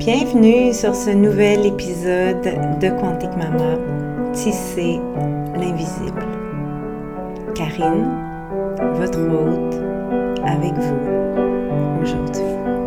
Bienvenue sur ce nouvel épisode de Quantique Mama, Tisser l'invisible. Karine, votre hôte, avec vous aujourd'hui.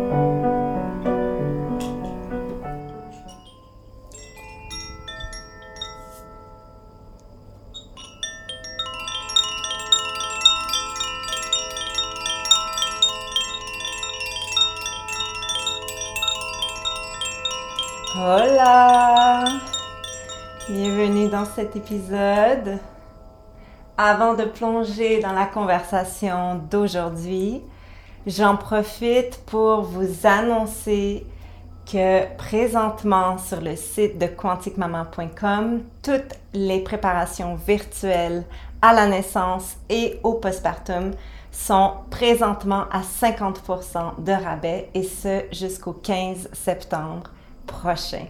Hola! Bienvenue dans cet épisode. Avant de plonger dans la conversation d'aujourd'hui, j'en profite pour vous annoncer que présentement sur le site de quantiquemaman.com, toutes les préparations virtuelles à la naissance et au postpartum sont présentement à 50% de rabais et ce jusqu'au 15 septembre prochain.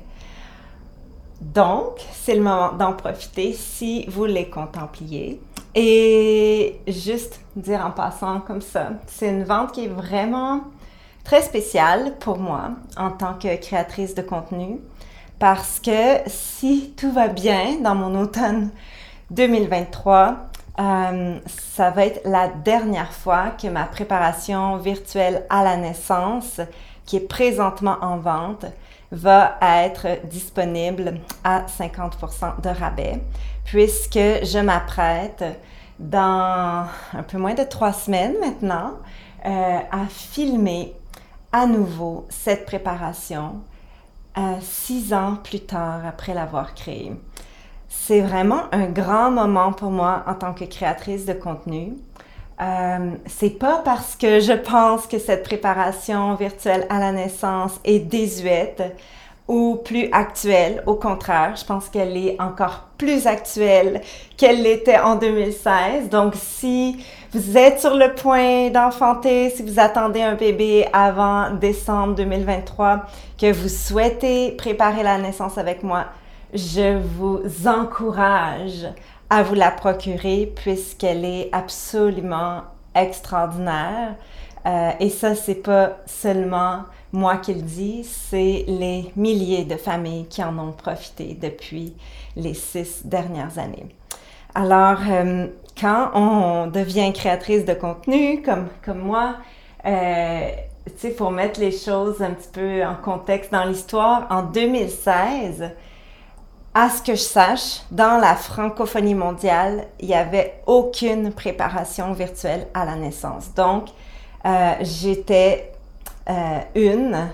Donc, c'est le moment d'en profiter si vous les contempliez. Et juste dire en passant comme ça, c'est une vente qui est vraiment très spéciale pour moi en tant que créatrice de contenu parce que si tout va bien dans mon automne 2023, ça va être la dernière fois que ma préparation virtuelle à la naissance, qui est présentement en vente, va être disponible à 50% de rabais, puisque je m'apprête dans un peu moins de 3 semaines maintenant à filmer à nouveau cette préparation 6 ans plus tard après l'avoir créée. C'est vraiment un grand moment pour moi en tant que créatrice de contenu. C'est pas parce que je pense que cette préparation virtuelle à la naissance est désuète ou plus actuelle. Au contraire, je pense qu'elle est encore plus actuelle qu'elle l'était en 2016. Donc, si vous êtes sur le point d'enfanter, si vous attendez un bébé avant décembre 2023, que vous souhaitez préparer la naissance avec moi, je vous encourage à vous la procurer puisqu'elle est absolument extraordinaire. Et ça, c'est pas seulement moi qui le dis, c'est les milliers de familles qui en ont profité depuis les 6 dernières années. Alors, quand on devient créatrice de contenu comme moi, tu sais, pour mettre les choses un petit peu en contexte dans l'histoire, en 2016, à ce que je sache, dans la francophonie mondiale, il n'y avait aucune préparation virtuelle à la naissance. Donc, j'étais une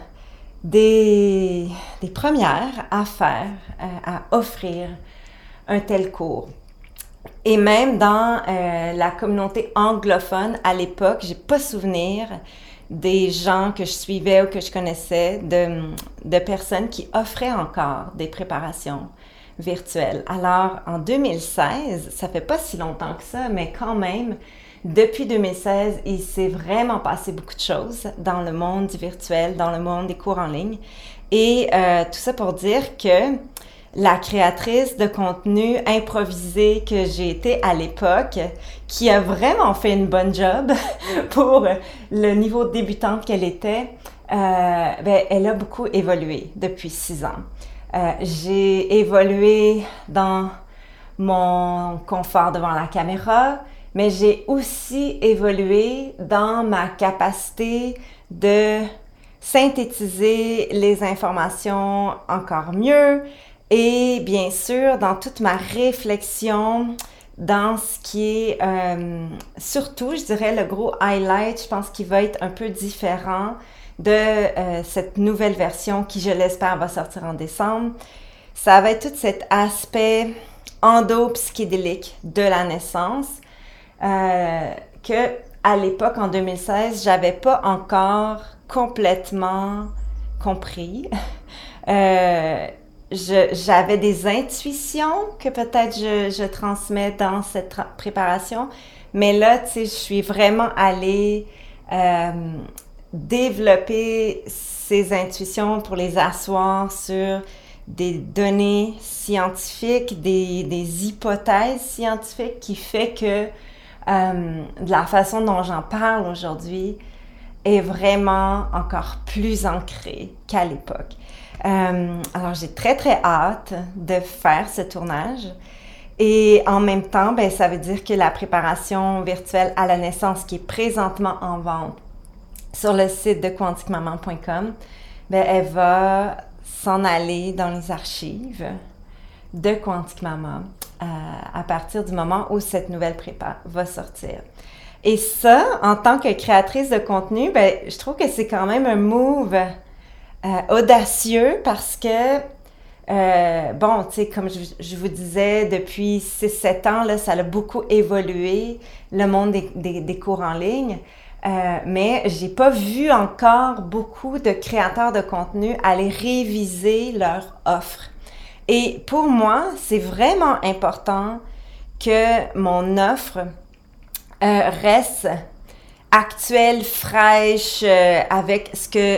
des premières à faire, à offrir un tel cours. Et même dans la communauté anglophone, à l'époque, j'ai pas souvenir des gens que je suivais ou que je connaissais, de personnes qui offraient encore des préparations virtuelles. Alors, en 2016, ça fait pas si longtemps que ça, mais quand même, depuis 2016, il s'est vraiment passé beaucoup de choses dans le monde du virtuel, dans le monde des cours en ligne. Et tout ça pour dire que la créatrice de contenu improvisée que j'ai été à l'époque, qui a vraiment fait une bonne job pour le niveau débutante qu'elle était, elle a beaucoup évolué depuis 6 ans. J'ai évolué dans mon confort devant la caméra, mais j'ai aussi évolué dans ma capacité de synthétiser les informations encore mieux et bien sûr dans toute ma réflexion dans ce qui est surtout, je dirais, le gros highlight, je pense qu'il va être un peu différent de cette nouvelle version qui, je l'espère, va sortir en décembre. Ça va être tout cet aspect endo-psychédélique de la naissance que à l'époque, en 2016, j'avais pas encore complètement compris. J'avais des intuitions que peut-être je transmets dans cette préparation, mais là, tu sais, je suis vraiment allée développer ces intuitions pour les asseoir sur des données scientifiques, des hypothèses scientifiques qui fait que de la façon dont j'en parle aujourd'hui est vraiment encore plus ancrée qu'à l'époque. Alors, j'ai très, très hâte de faire ce tournage. Et en même temps, ben, ça veut dire que la préparation virtuelle à la naissance qui est présentement en vente sur le site de quantiquemaman.com, ben, elle va s'en aller dans les archives de Quantique Maman à partir du moment où cette nouvelle prépa va sortir. Et ça, en tant que créatrice de contenu, ben, je trouve que c'est quand même un move audacieux parce que bon, tu sais, comme je vous disais, depuis 6-7 ans, là, ça a beaucoup évolué, le monde des cours en ligne. Mais j'ai pas vu encore beaucoup de créateurs de contenu aller réviser leur offre. Et pour moi, c'est vraiment important que mon offre reste actuelle, fraîche, avec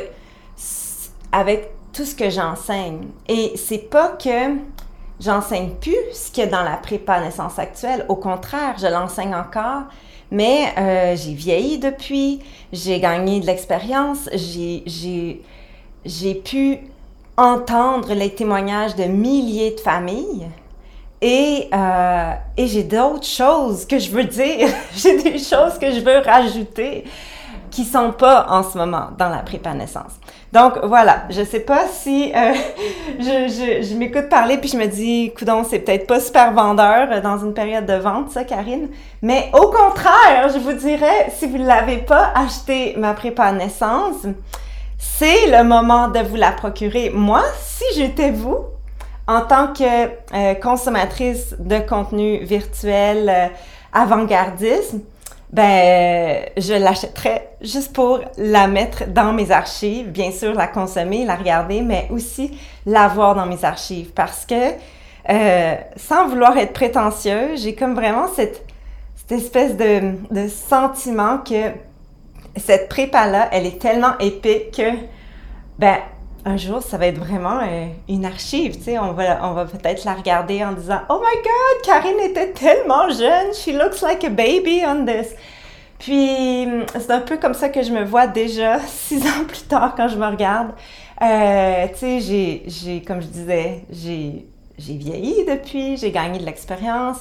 tout ce que j'enseigne. Et c'est pas que j'enseigne plus ce qu'il y a dans la prépa naissance actuelle. Au contraire, je l'enseigne encore, mais j'ai vieilli depuis, j'ai gagné de l'expérience, j'ai pu entendre les témoignages de milliers de familles et j'ai d'autres choses que je veux dire. J'ai des choses que je veux rajouter qui sont pas en ce moment dans la prépa naissance. Donc voilà, je sais pas si je m'écoute parler puis je me dis coudonc, c'est peut-être pas super vendeur dans une période de vente ça, Karine, mais au contraire, je vous dirais, si vous ne l'avez pas acheté ma prépa naissance, c'est le moment de vous la procurer. Moi, si j'étais vous, en tant que consommatrice de contenu virtuel avant-gardiste, ben, je l'achèterais juste pour la mettre dans mes archives, bien sûr la consommer, la regarder, mais aussi l'avoir dans mes archives parce que, sans vouloir être prétentieuse, j'ai comme vraiment cette espèce de sentiment que cette prépa-là, elle est tellement épique que, ben, un jour, ça va être vraiment une archive, tu sais, on va peut-être la regarder en disant « Oh my God, Karine était tellement jeune, she looks like a baby on this ». Puis, c'est un peu comme ça que je me vois déjà 6 ans plus tard quand je me regarde. Tu sais, comme je disais, j'ai vieilli depuis, j'ai gagné de l'expérience,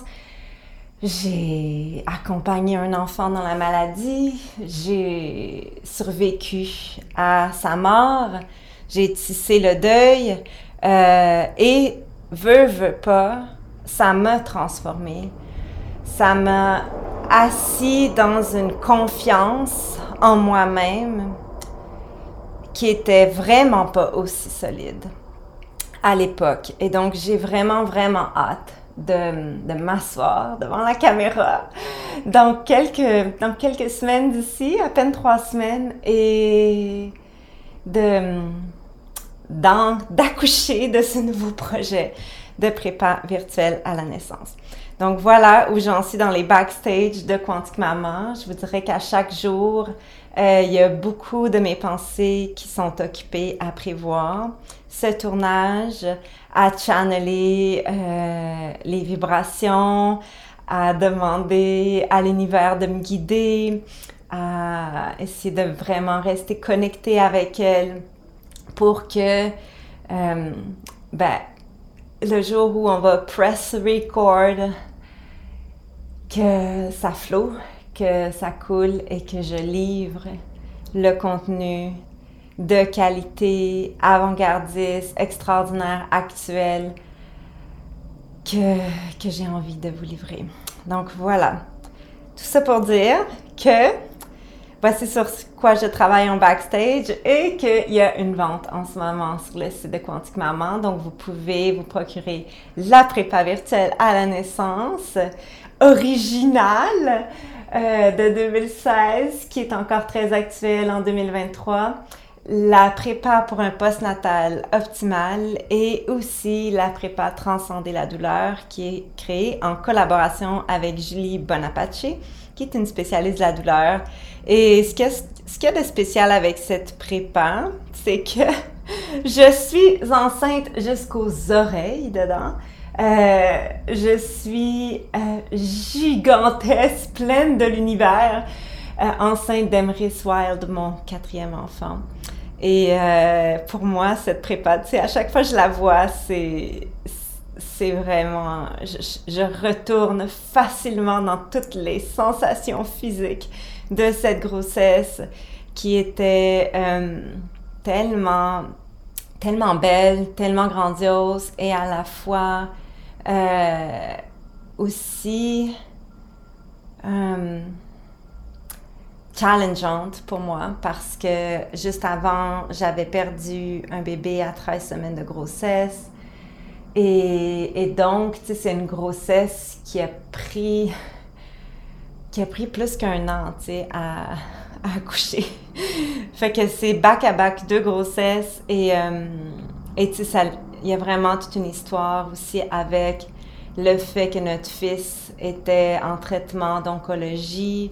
j'ai accompagné un enfant dans la maladie, j'ai survécu à sa mort, j'ai tissé le deuil et veux pas, ça m'a transformée. Ça m'a assis dans une confiance en moi-même qui était vraiment pas aussi solide à l'époque. Et donc, j'ai vraiment, vraiment hâte de m'asseoir devant la caméra dans quelques semaines d'ici, à peine 3 semaines, et d'accoucher de ce nouveau projet de prépa virtuelle à la naissance. Donc voilà où j'en suis dans les backstage de Quantique Maman. Je vous dirais qu'à chaque jour, il y a beaucoup de mes pensées qui sont occupées à prévoir ce tournage, à channeler les vibrations, à demander à l'univers de me guider, à essayer de vraiment rester connectée avec elle pour que le jour où on va press record, que ça flow, que ça coule et que je livre le contenu de qualité, avant-gardiste, extraordinaire, actuel, que j'ai envie de vous livrer. Donc voilà, tout ça pour dire que voici sur quoi je travaille en backstage et qu'il y a une vente en ce moment sur le site de Quantique Maman. Donc, vous pouvez vous procurer la prépa virtuelle à la naissance originale de 2016 qui est encore très actuelle en 2023. La prépa pour un postnatal optimal et aussi la prépa Transcender la douleur qui est créée en collaboration avec Julie Bonapace, qui est une spécialiste de la douleur. Et ce qu'il y a de spécial avec cette prépa, c'est que je suis enceinte jusqu'aux oreilles dedans. Je suis gigantesque, pleine de l'univers, enceinte d'Emrys Wild, mon 4e enfant. Et pour moi, cette prépa, tu sais, à chaque fois que je la vois, c'est vraiment... Je retourne facilement dans toutes les sensations physiques de cette grossesse qui était tellement, tellement belle, tellement grandiose et à la fois aussi challengeante pour moi parce que juste avant, j'avais perdu un bébé à 13 semaines de grossesse. Et donc, tu sais, c'est une grossesse qui a pris plus qu'1 an, tu sais, à accoucher. Fait que c'est back-à-back 2 grossesses et tu sais, il y a vraiment toute une histoire aussi avec le fait que notre fils était en traitement d'oncologie.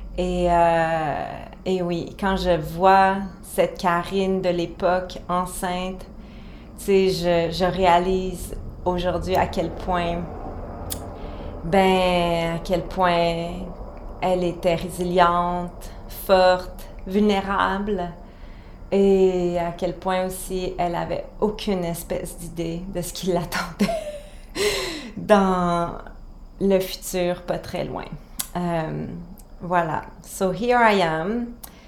Et oui, quand je vois cette Karine de l'époque enceinte, tu sais, je réalise aujourd'hui à quel point elle était résiliente, forte, vulnérable et à quel point aussi elle avait aucune espèce d'idée de ce qui l'attendait dans le futur pas très loin. Voilà. So here I am,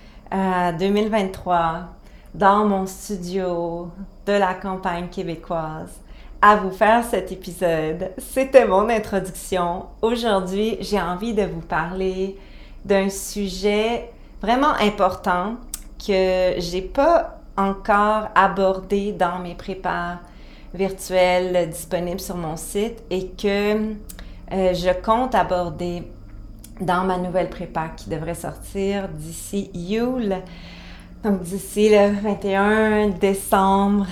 2023, dans mon studio de la campagne québécoise, à vous faire cet épisode. C'était mon introduction. Aujourd'hui, j'ai envie de vous parler d'un sujet vraiment important que j'ai pas encore abordé dans mes prépas virtuels disponibles sur mon site et que je compte aborder dans ma nouvelle prépa qui devrait sortir d'ici Yule, donc d'ici le 21 décembre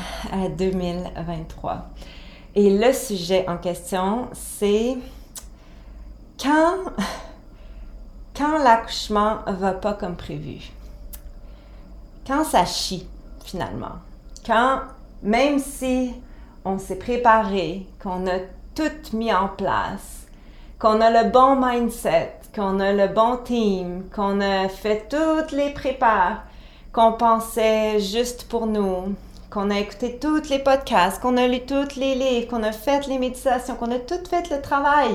2023. Et le sujet en question, c'est quand l'accouchement va pas comme prévu. Quand ça chie, finalement. Quand, même si on s'est préparé, qu'on a tout mis en place, qu'on a le bon mindset, qu'on a le bon team, qu'on a fait toutes les prépares qu'on pensait juste pour nous, qu'on a écouté tous les podcasts, qu'on a lu tous les livres, qu'on a fait les méditations, qu'on a tout fait le travail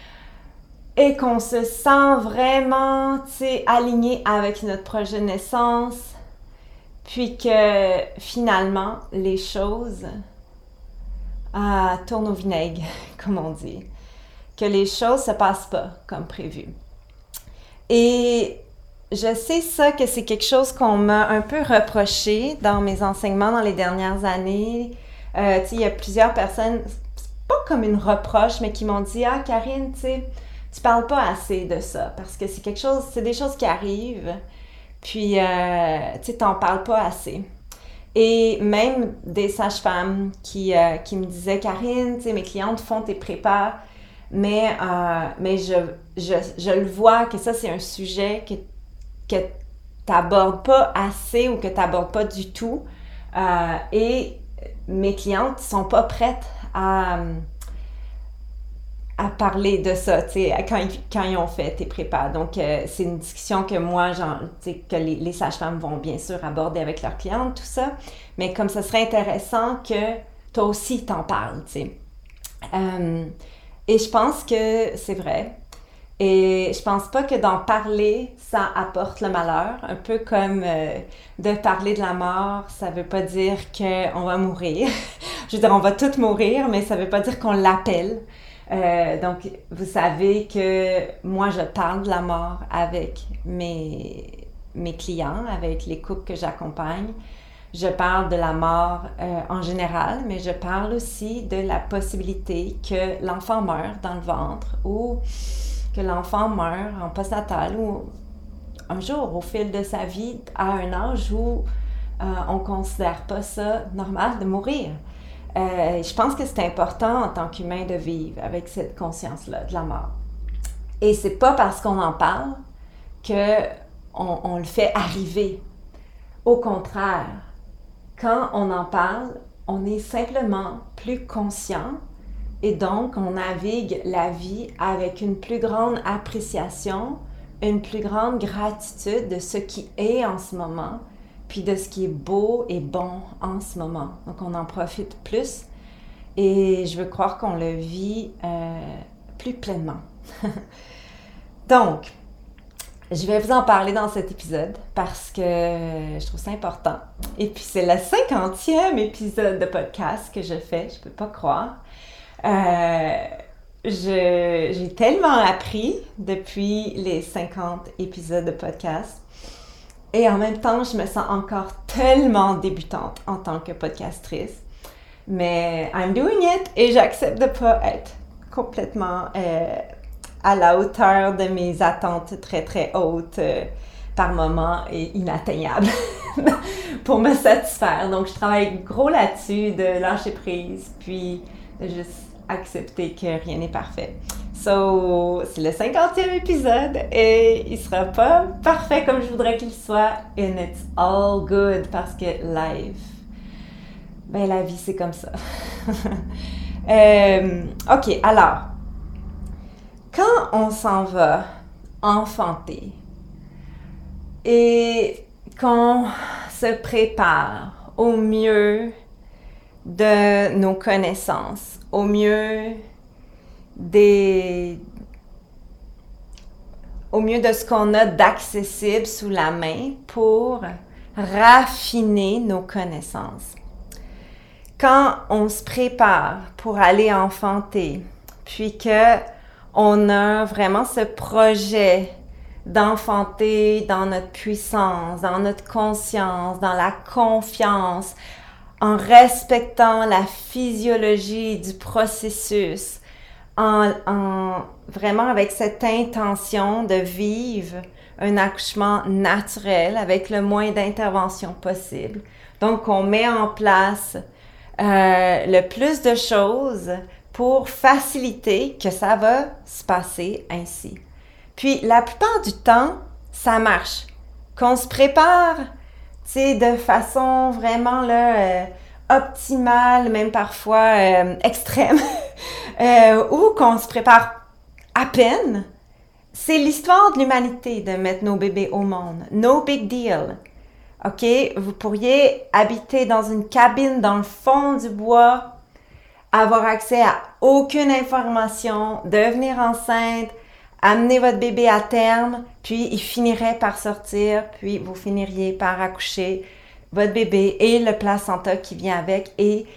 et qu'on se sent vraiment, tu sais, aligné avec notre projet de naissance, puis que finalement, les choses tournent au vinaigre, comme on dit, que les choses se passent pas comme prévu. Et je sais ça que c'est quelque chose qu'on m'a un peu reproché dans mes enseignements dans les dernières années. Tu sais, il y a plusieurs personnes, c'est pas comme une reproche, mais qui m'ont dit « Ah, Karine, tu sais, tu parles pas assez de ça parce que c'est des choses qui arrivent, puis tu sais, t'en parles pas assez. » Et même des sages-femmes qui me disaient « Karine, tu sais, mes clientes font tes prépas, mais je le vois que ça, c'est un sujet que t'abordes pas assez ou que t'abordes pas du tout. Et mes clientes sont pas prêtes à parler de ça, tu sais, quand ils ont fait tes prépas. Donc, c'est une discussion que moi, tu sais, que les sages-femmes vont bien sûr aborder avec leurs clientes, tout ça. Mais comme ça serait intéressant que toi aussi t'en parles, tu sais. Et je pense que c'est vrai. Et je pense pas que d'en parler, ça apporte le malheur. Un peu comme de parler de la mort, ça veut pas dire qu'on va mourir. Je veux dire, on va tous mourir, mais ça veut pas dire qu'on l'appelle. Donc, vous savez que moi, je parle de la mort avec mes clients, avec les couples que j'accompagne. Je parle de la mort en général, mais je parle aussi de la possibilité que l'enfant meure dans le ventre ou que l'enfant meurt en postnatal ou un jour au fil de sa vie à un âge où on considère pas ça normal de mourir. Je pense que c'est important en tant qu'humain de vivre avec cette conscience-là de la mort. Et c'est pas parce qu'on en parle que on le fait arriver. Au contraire, quand on en parle, on est simplement plus conscient et donc on navigue la vie avec une plus grande appréciation, une plus grande gratitude de ce qui est en ce moment puis de ce qui est beau et bon en ce moment. Donc, on en profite plus et je veux croire qu'on le vit plus pleinement. Donc, je vais vous en parler dans cet épisode parce que je trouve ça important. Et puis, c'est le 50e épisode de podcast que je fais, je peux pas croire. J'ai tellement appris depuis les 50 épisodes de podcast. Et en même temps, je me sens encore tellement débutante en tant que podcastrice. Mais I'm doing it et j'accepte de ne pas être complètement à la hauteur de mes attentes très très hautes par moment et inatteignables pour me satisfaire. Donc je travaille gros là-dessus de lâcher prise puis de juste accepter que rien n'est parfait. So, c'est le 50e épisode et il sera pas parfait comme je voudrais qu'il soit. And it's all good parce que la vie c'est comme ça. Ok, alors, quand on s'en va enfanter et qu'on se prépare au mieux de nos connaissances, au mieux de ce qu'on a d'accessible sous la main pour raffiner nos connaissances. Quand on se prépare pour aller enfanter, puis que on a vraiment ce projet d'enfanter dans notre puissance, dans notre conscience, dans la confiance, en respectant la physiologie du processus, vraiment avec cette intention de vivre un accouchement naturel avec le moins d'intervention possible. Donc, on met en place le plus de choses pour faciliter que ça va se passer ainsi. Puis, la plupart du temps, ça marche. Qu'on se prépare, tu sais, de façon vraiment là, optimale, même parfois extrême, ou qu'on se prépare à peine. C'est l'histoire de l'humanité de mettre nos bébés au monde. No big deal. OK? Vous pourriez habiter dans une cabine dans le fond du bois, avoir accès à aucune information, devenir enceinte, amener votre bébé à terme, puis il finirait par sortir, puis vous finiriez par accoucher votre bébé et le placenta qui vient avec. Et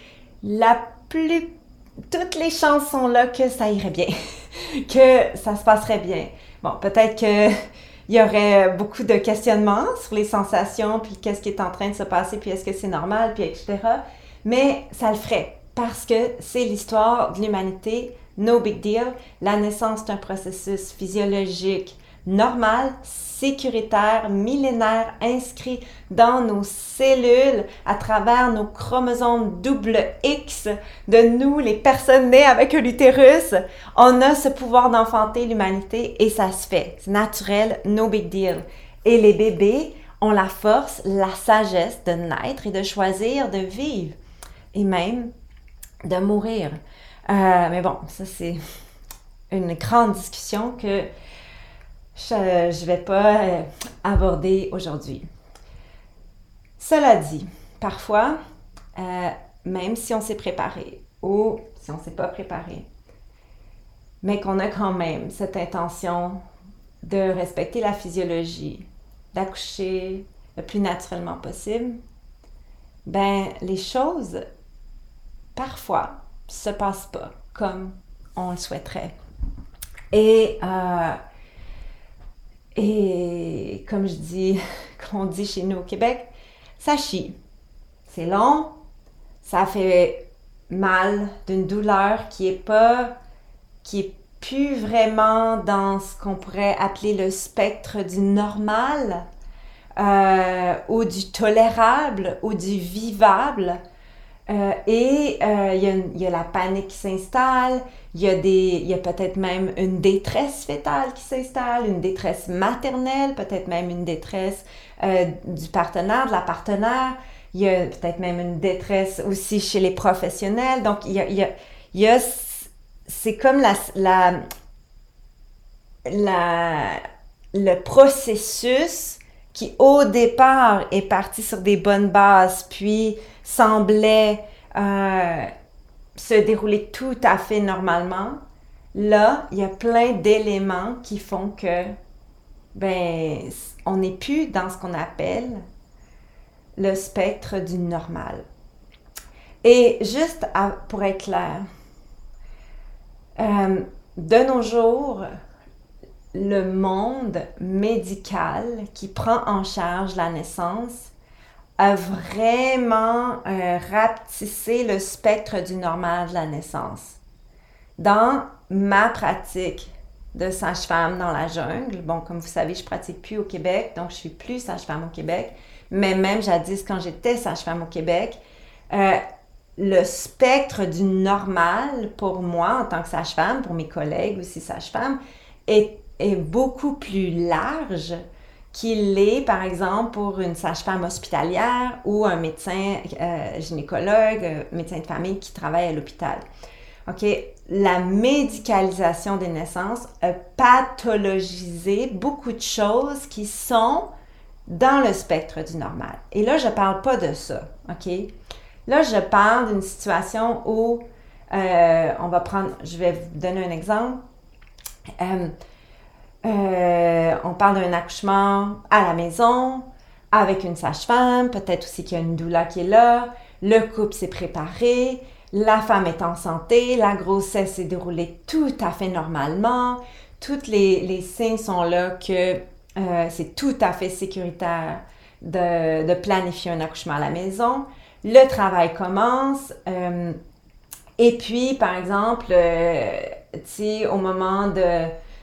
toutes les chances sont là que ça irait bien, que ça se passerait bien. Bon, peut-être qu'il y aurait beaucoup de questionnements sur les sensations, puis qu'est-ce qui est en train de se passer, puis est-ce que c'est normal, puis etc. Mais ça le ferait, parce que c'est l'histoire de l'humanité, no big deal. La naissance est un processus physiologique normal, sécuritaire, millénaire, inscrit dans nos cellules à travers nos chromosomes double X de nous, les personnes nées avec un utérus. On a ce pouvoir d'enfanter l'humanité et ça se fait. C'est naturel, no big deal. Et les bébés ont la force, la sagesse de naître et de choisir de vivre et même de mourir. Mais bon, ça c'est une grande discussion que je ne vais pas aborder aujourd'hui. Cela dit, parfois, même si on s'est préparé ou si on ne s'est pas préparé, mais qu'on a quand même cette intention de respecter la physiologie, d'accoucher le plus naturellement possible, ben les choses, parfois, se passent pas comme on le souhaiterait. Et comme on dit chez nous au Québec, ça chie. C'est long, ça fait mal, d'une douleur qui est plus vraiment dans ce qu'on pourrait appeler le spectre du normal, ou du tolérable, ou du vivable. Il y a la panique qui s'installe, il y a peut-être même une détresse fœtale qui s'installe, une détresse maternelle, peut-être même une détresse du partenaire, de la partenaire, il y a peut-être même une détresse aussi chez les professionnels. Donc, c'est comme le processus qui au départ est parti sur des bonnes bases, puis semblait se dérouler tout à fait normalement, là, il y a plein d'éléments qui font que, on n'est plus dans ce qu'on appelle le spectre du normal. Et juste pour être clair, de nos jours, le monde médical qui prend en charge la naissance a vraiment rapetissé le spectre du normal de la naissance. Dans ma pratique de sage-femme dans la jungle, bon, comme vous savez, je pratique plus au Québec, donc je suis plus sage-femme au Québec, mais même jadis, quand j'étais sage-femme au Québec, le spectre du normal pour moi en tant que sage-femme, pour mes collègues aussi sage-femmes, est beaucoup plus large qu'il l'est, par exemple, pour une sage-femme hospitalière ou un médecin gynécologue, médecin de famille qui travaille à l'hôpital. OK? La médicalisation des naissances a pathologisé beaucoup de choses qui sont dans le spectre du normal. Et là, je ne parle pas de ça. OK? Là, je parle d'une situation où je vais vous donner un exemple. On parle d'un accouchement à la maison, avec une sage-femme, peut-être aussi qu'il y a une doula qui est là, le couple s'est préparé, la femme est en santé, la grossesse s'est déroulée tout à fait normalement, tous les signes sont là que c'est tout à fait sécuritaire de planifier un accouchement à la maison. Le travail commence, et puis, par exemple, au moment de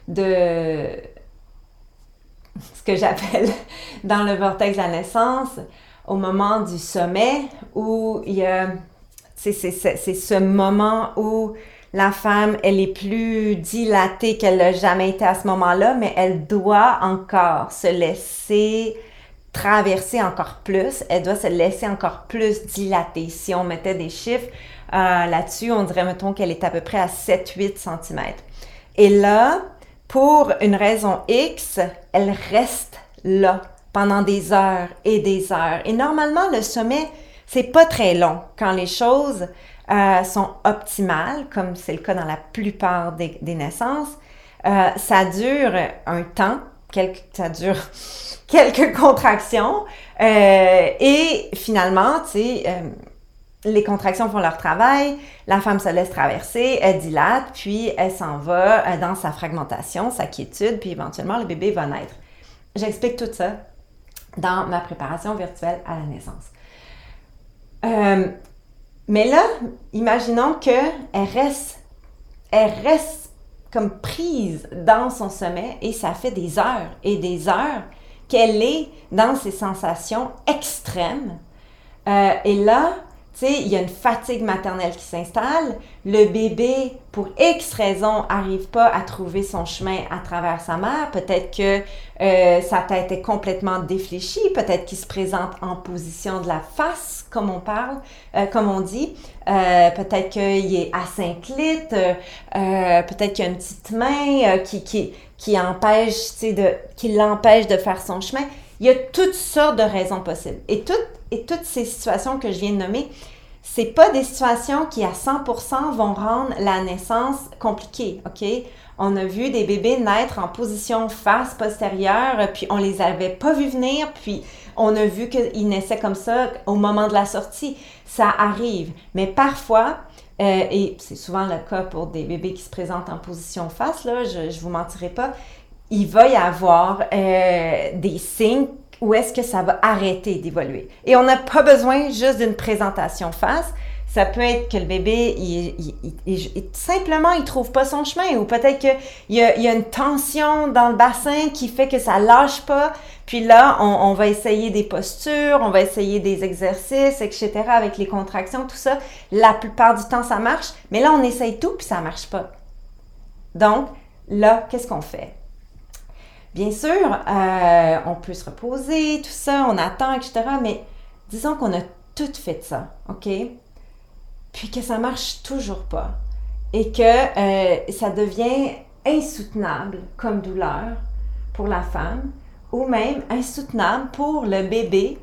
ce que j'appelle dans le vortex de la naissance, au moment du sommet où il y a, c'est ce moment où la femme, elle est plus dilatée qu'elle n'a jamais été à ce moment-là, mais elle doit encore se laisser traverser encore plus, elle doit se laisser encore plus dilater. Si on mettait des chiffres là-dessus, on dirait, mettons, qu'elle est à peu près à 7-8 cm. Et là, pour une raison X, elle reste là pendant des heures et des heures. Et normalement, le sommet, c'est pas très long quand les choses sont optimales, comme c'est le cas dans la plupart des naissances. Ça dure un temps, ça dure quelques contractions et finalement, tu sais, les contractions font leur travail, la femme se laisse traverser, elle dilate, puis elle s'en va dans sa fragmentation, sa quiétude, puis éventuellement, le bébé va naître. J'explique tout ça dans ma préparation virtuelle à la naissance. Mais là, imaginons qu'elle reste comme prise dans son sommet et ça fait des heures et des heures qu'elle est dans ces sensations extrêmes. Et là, tu sais, il y a une fatigue maternelle qui s'installe. Le bébé, pour X raisons, n'arrive pas à trouver son chemin à travers sa mère. Peut-être que sa tête est complètement défléchie. Peut-être qu'il se présente en position de la face, comme on parle, comme on dit. Peut-être qu'il est asynclite. Peut-être qu'il y a une petite main qui empêche, tu sais, qui l'empêche de faire son chemin. Il y a toutes sortes de raisons possibles. Et toutes ces situations que je viens de nommer, c'est pas des situations qui à 100% vont rendre la naissance compliquée, OK? On a vu des bébés naître en position face postérieure, puis on les avait pas vus venir, puis on a vu qu'ils naissaient comme ça au moment de la sortie. Ça arrive. Mais parfois, et c'est souvent le cas pour des bébés qui se présentent en position face, là, je vous mentirai pas, il va y avoir des signes où est-ce que ça va arrêter d'évoluer. Et on n'a pas besoin juste d'une présentation face. Ça peut être que le bébé, simplement, il trouve pas son chemin. Ou peut-être qu'il y a une tension dans le bassin qui fait que ça lâche pas. Puis là, on va essayer des postures, on va essayer des exercices, etc. avec les contractions, tout ça. La plupart du temps, ça marche. Mais là, on essaye tout, puis ça marche pas. Donc, là, qu'est-ce qu'on fait? Bien sûr, on peut se reposer, tout ça, on attend, etc. Mais disons qu'on a tout fait ça, OK? Puis que ça marche toujours pas et que ça devient insoutenable comme douleur pour la femme ou même insoutenable pour le bébé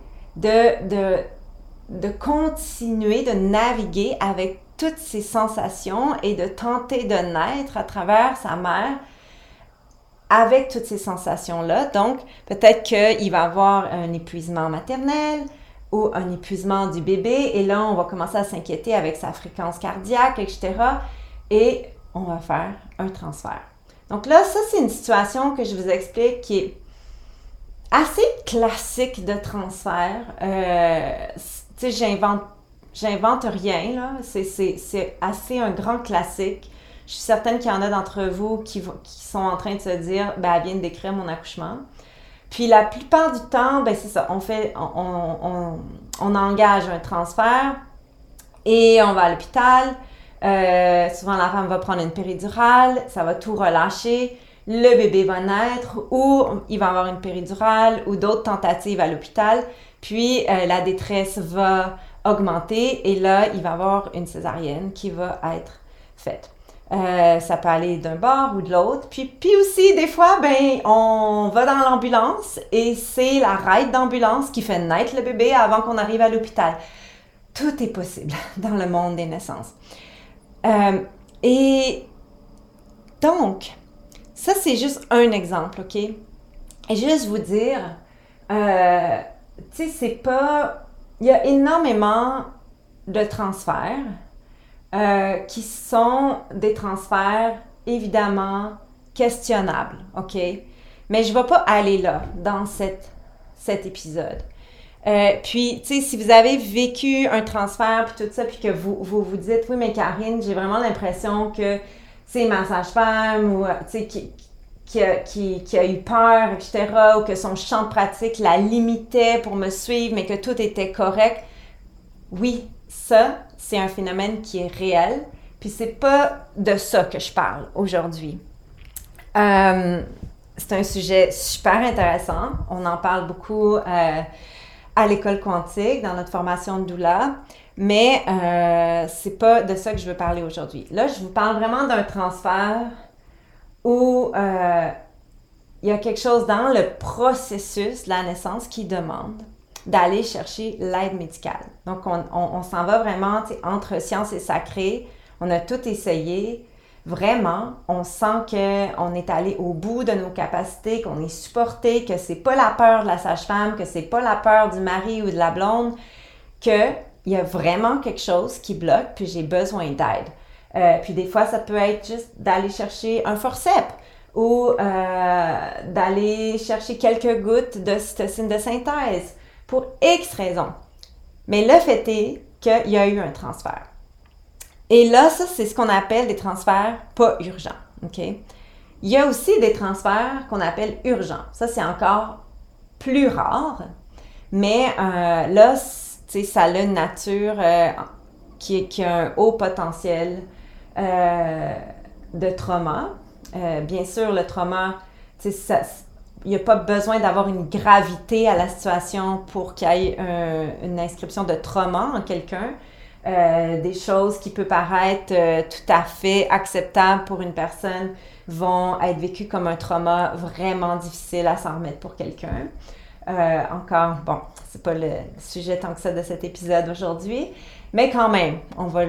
de continuer de naviguer avec toutes ces sensations et de tenter de naître à travers sa mère avec toutes ces sensations-là. Donc, peut-être qu'il va avoir un épuisement maternel ou un épuisement du bébé, et là, on va commencer à s'inquiéter avec sa fréquence cardiaque, etc. Et on va faire un transfert. Donc là, ça, c'est une situation que je vous explique qui est assez classique de transfert. Tu sais, j'invente rien, là. C'est assez un grand classique. Je suis certaine qu'il y en a d'entre vous qui sont en train de se dire, ben, elle vient de décrire mon accouchement. Puis la plupart du temps, ben c'est ça, on engage un transfert et on va à l'hôpital. Souvent, la femme va prendre une péridurale, ça va tout relâcher. Le bébé va naître ou il va avoir une péridurale ou d'autres tentatives à l'hôpital. Puis, la détresse va augmenter et là, il va avoir une césarienne qui va être faite. Ça peut aller d'un bord ou de l'autre. Puis aussi, des fois, ben, on va dans l'ambulance et c'est la ride d'ambulance qui fait naître le bébé avant qu'on arrive à l'hôpital. Tout est possible dans le monde des naissances. Et donc, ça, c'est juste un exemple, OK? Et juste vous dire, tu sais, c'est pas... Il y a énormément de transferts qui sont des transferts, évidemment, questionnables, OK? Mais je ne vais pas aller là, dans cet épisode. Puis, tu sais, si vous avez vécu un transfert, puis tout ça, puis que vous dites, oui, mais Karine, j'ai vraiment l'impression que c'est ma sage-femme, ou, tu sais, qui a eu peur, etc., ou que son champ de pratique la limitait pour me suivre, mais que tout était correct. Oui, ça, c'est un phénomène qui est réel, puis c'est pas de ça que je parle aujourd'hui. C'est un sujet super intéressant. On en parle beaucoup à l'école quantique, dans notre formation de doula, mais c'est pas de ça que je veux parler aujourd'hui. Là, je vous parle vraiment d'un transfert où il y a quelque chose dans le processus de la naissance qui demande d'aller chercher l'aide médicale. Donc, on s'en va vraiment entre science et sacré. On a tout essayé. Vraiment, on sent qu'on est allé au bout de nos capacités, qu'on est supporté, que c'est pas la peur de la sage-femme, que c'est pas la peur du mari ou de la blonde, qu'il y a vraiment quelque chose qui bloque, puis j'ai besoin d'aide. Puis des fois, ça peut être juste d'aller chercher un forceps ou d'aller chercher quelques gouttes de cytocine de synthèse pour X raisons. Mais le fait est qu'il y a eu un transfert. Et là, ça, c'est ce qu'on appelle des transferts pas urgents, OK? Il y a aussi des transferts qu'on appelle urgents. Ça, c'est encore plus rare, mais là, tu sais, ça a une nature qui a un haut potentiel de trauma. Bien sûr, le trauma, tu sais, il n'y a pas besoin d'avoir une gravité à la situation pour qu'il y ait une inscription de trauma en quelqu'un. Des choses qui peuvent paraître tout à fait acceptables pour une personne vont être vécues comme un trauma vraiment difficile à s'en remettre pour quelqu'un. Encore, bon, c'est pas le sujet tant que ça de cet épisode aujourd'hui, mais quand même, on va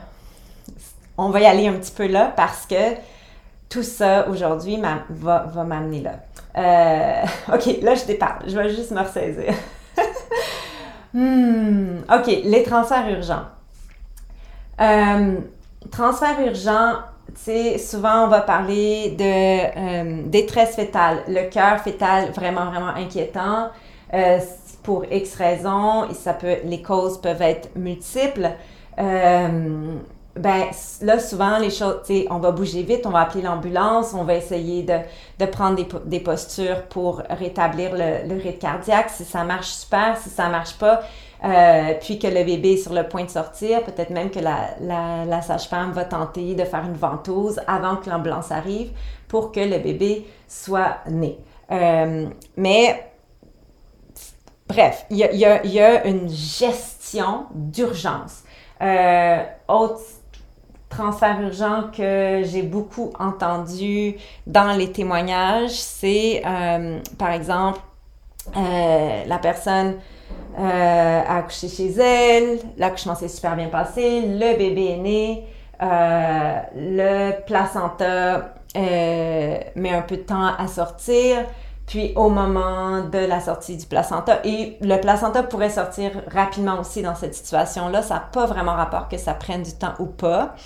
y aller un petit peu là parce que tout ça aujourd'hui va m'amener là. OK, là je déparle, je vais juste me ressaisir. OK, les transferts urgents. Transfert urgent, tu sais, souvent on va parler de détresse fétale, le cœur fœtal vraiment, vraiment inquiétant pour X raisons, et les causes peuvent être multiples. Ben là, souvent, les choses, tu sais, on va bouger vite, on va appeler l'ambulance, on va essayer de prendre des postures pour rétablir le rythme cardiaque. Si ça marche, super. Si ça marche pas, puis que le bébé est sur le point de sortir, peut-être même que la sage-femme va tenter de faire une ventouse avant que l'ambulance arrive pour que le bébé soit né. Mais, bref, il y a une gestion d'urgence. Autre transfert urgent que j'ai beaucoup entendu dans les témoignages, c'est par exemple La personne a accouché chez elle, l'accouchement s'est super bien passé, le bébé est né, le placenta met un peu de temps à sortir, puis au moment de la sortie du placenta, et le placenta pourrait sortir rapidement aussi dans cette situation-là, ça n'a pas vraiment rapport que ça prenne du temps ou pas.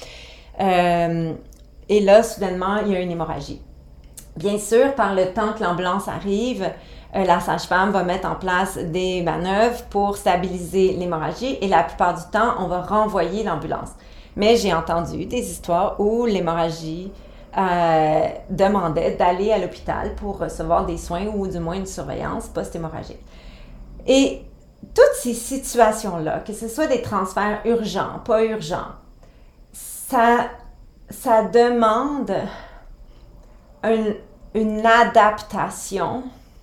Et là, soudainement, il y a une hémorragie. Bien sûr, par le temps que l'ambulance arrive, la sage-femme va mettre en place des manœuvres pour stabiliser l'hémorragie et la plupart du temps, on va renvoyer l'ambulance. Mais j'ai entendu des histoires où l'hémorragie demandait d'aller à l'hôpital pour recevoir des soins ou du moins une surveillance post-hémorragique. Et toutes ces situations-là, que ce soit des transferts urgents, pas urgents, ça demande une adaptation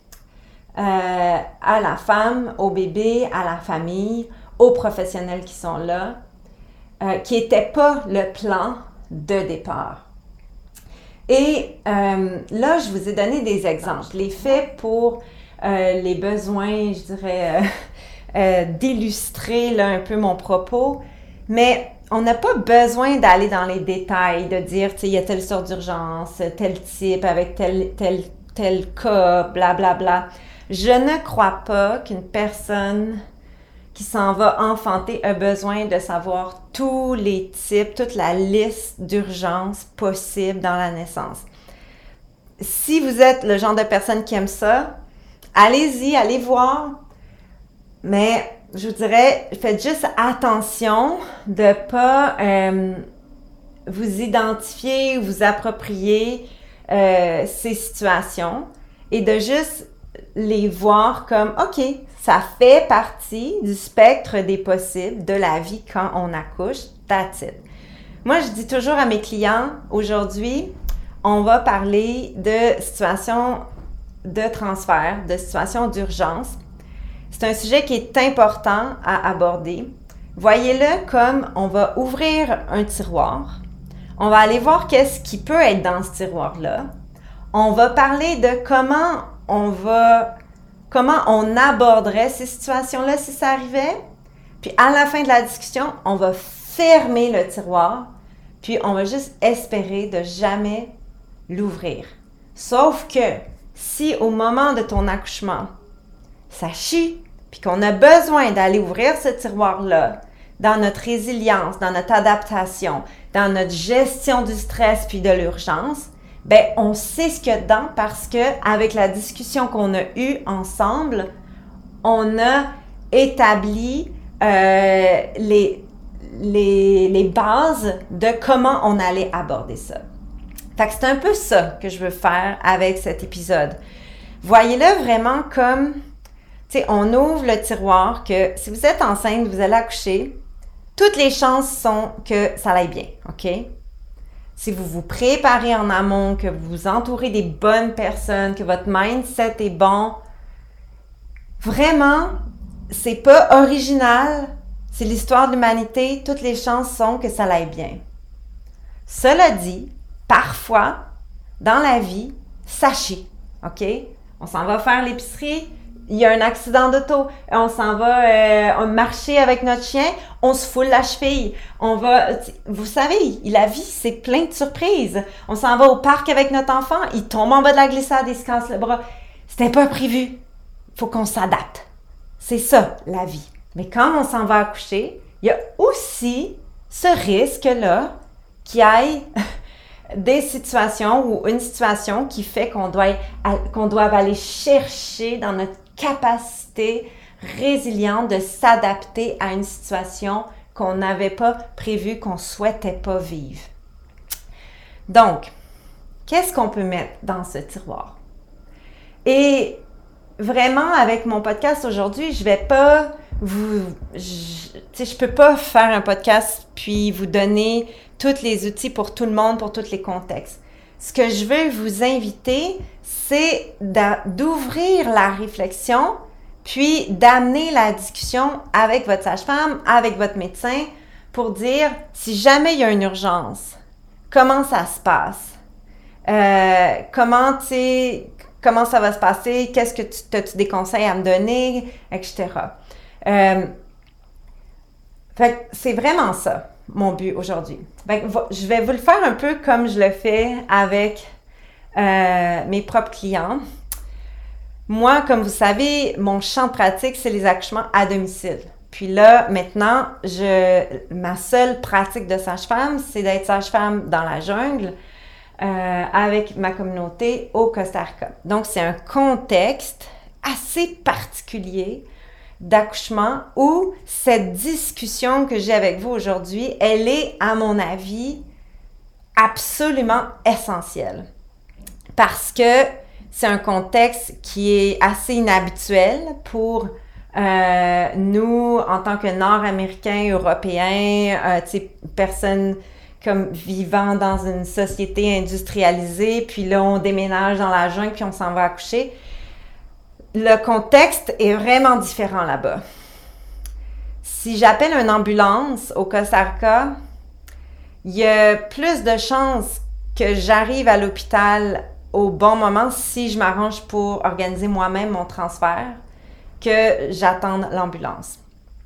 à la femme, au bébé, à la famille, aux professionnels qui sont là, qui n'était pas le plan de départ. Et là, je vous ai donné des exemples. Je l'ai fait pour les besoins, je dirais, d'illustrer là, un peu mon propos, mais on n'a pas besoin d'aller dans les détails, de dire, tu sais, il y a telle sorte d'urgence, tel type, avec tel cas, blablabla. Bla, bla. Je ne crois pas qu'une personne qui s'en va enfanter a besoin de savoir tous les types, toute la liste d'urgences possibles dans la naissance. Si vous êtes le genre de personne qui aime ça, allez-y, allez voir, mais je vous dirais, faites juste attention de ne pas vous identifier ou vous approprier ces situations et de juste les voir comme, OK, ça fait partie du spectre des possibles de la vie quand on accouche, that's it. Moi, je dis toujours à mes clients, aujourd'hui, on va parler de situations de transfert, de situations d'urgence. C'est un sujet qui est important à aborder. Voyez-le comme on va ouvrir un tiroir. On va aller voir qu'est-ce qui peut être dans ce tiroir-là. On va parler de comment on aborderait ces situations-là si ça arrivait. Puis à la fin de la discussion, on va fermer le tiroir. Puis on va juste espérer de jamais l'ouvrir. Sauf que si au moment de ton accouchement, ça chie, puis qu'on a besoin d'aller ouvrir ce tiroir-là, dans notre résilience, dans notre adaptation, dans notre gestion du stress puis de l'urgence, ben on sait ce qu'il y a dedans parce que avec la discussion qu'on a eue ensemble, on a établi les bases de comment on allait aborder ça. Fait que c'est un peu ça que je veux faire avec cet épisode. Voyez-le vraiment comme, tu sais, on ouvre le tiroir que si vous êtes enceinte, vous allez accoucher, toutes les chances sont que ça aille bien, OK? Si vous vous préparez en amont, que vous vous entourez des bonnes personnes, que votre mindset est bon, vraiment, c'est pas original, c'est l'histoire de l'humanité, toutes les chances sont que ça aille bien. Cela dit, parfois, dans la vie, ça chie, OK? On s'en va faire l'épicerie, il y a un accident d'auto, on s'en va marcher avec notre chien, on se foule la cheville, vous savez, la vie, c'est plein de surprises. On s'en va au parc avec notre enfant, il tombe en bas de la glissade, il se casse le bras. C'était pas prévu. Faut qu'on s'adapte. C'est ça, la vie. Mais quand on s'en va accoucher, il y a aussi ce risque-là qu'il y ait des situations ou une situation qui fait qu'on doit aller chercher dans notre capacité résiliente de s'adapter à une situation qu'on n'avait pas prévue, qu'on ne souhaitait pas vivre. Donc, qu'est-ce qu'on peut mettre dans ce tiroir? Et vraiment, avec mon podcast aujourd'hui, je peux pas faire un podcast puis vous donner tous les outils pour tout le monde, pour tous les contextes. Ce que je veux vous inviter, c'est d'ouvrir la réflexion, puis d'amener la discussion avec votre sage-femme, avec votre médecin, pour dire, si jamais il y a une urgence, comment ça se passe? Comment comment ça va se passer, qu'est-ce que as-tu des conseils à me donner, etc. Fait que c'est vraiment ça, mon but aujourd'hui. Fait que je vais vous le faire un peu comme je le fais avec mes propres clients. Moi, comme vous savez, mon champ de pratique, c'est les accouchements à domicile. Puis là, maintenant, ma seule pratique de sage-femme, c'est d'être sage-femme dans la jungle avec ma communauté au Costa Rica. Donc, c'est un contexte assez particulier d'accouchement où cette discussion que j'ai avec vous aujourd'hui, elle est, à mon avis, absolument essentielle. Parce que c'est un contexte qui est assez inhabituel pour nous, en tant que Nord-Américains, Européens, personnes comme vivant dans une société industrialisée, puis là, on déménage dans la jungle, puis on s'en va accoucher. Le contexte est vraiment différent là-bas. Si j'appelle une ambulance au Costa Rica, il y a plus de chances que j'arrive à l'hôpital au bon moment si je m'arrange pour organiser moi-même mon transfert que j'attende l'ambulance.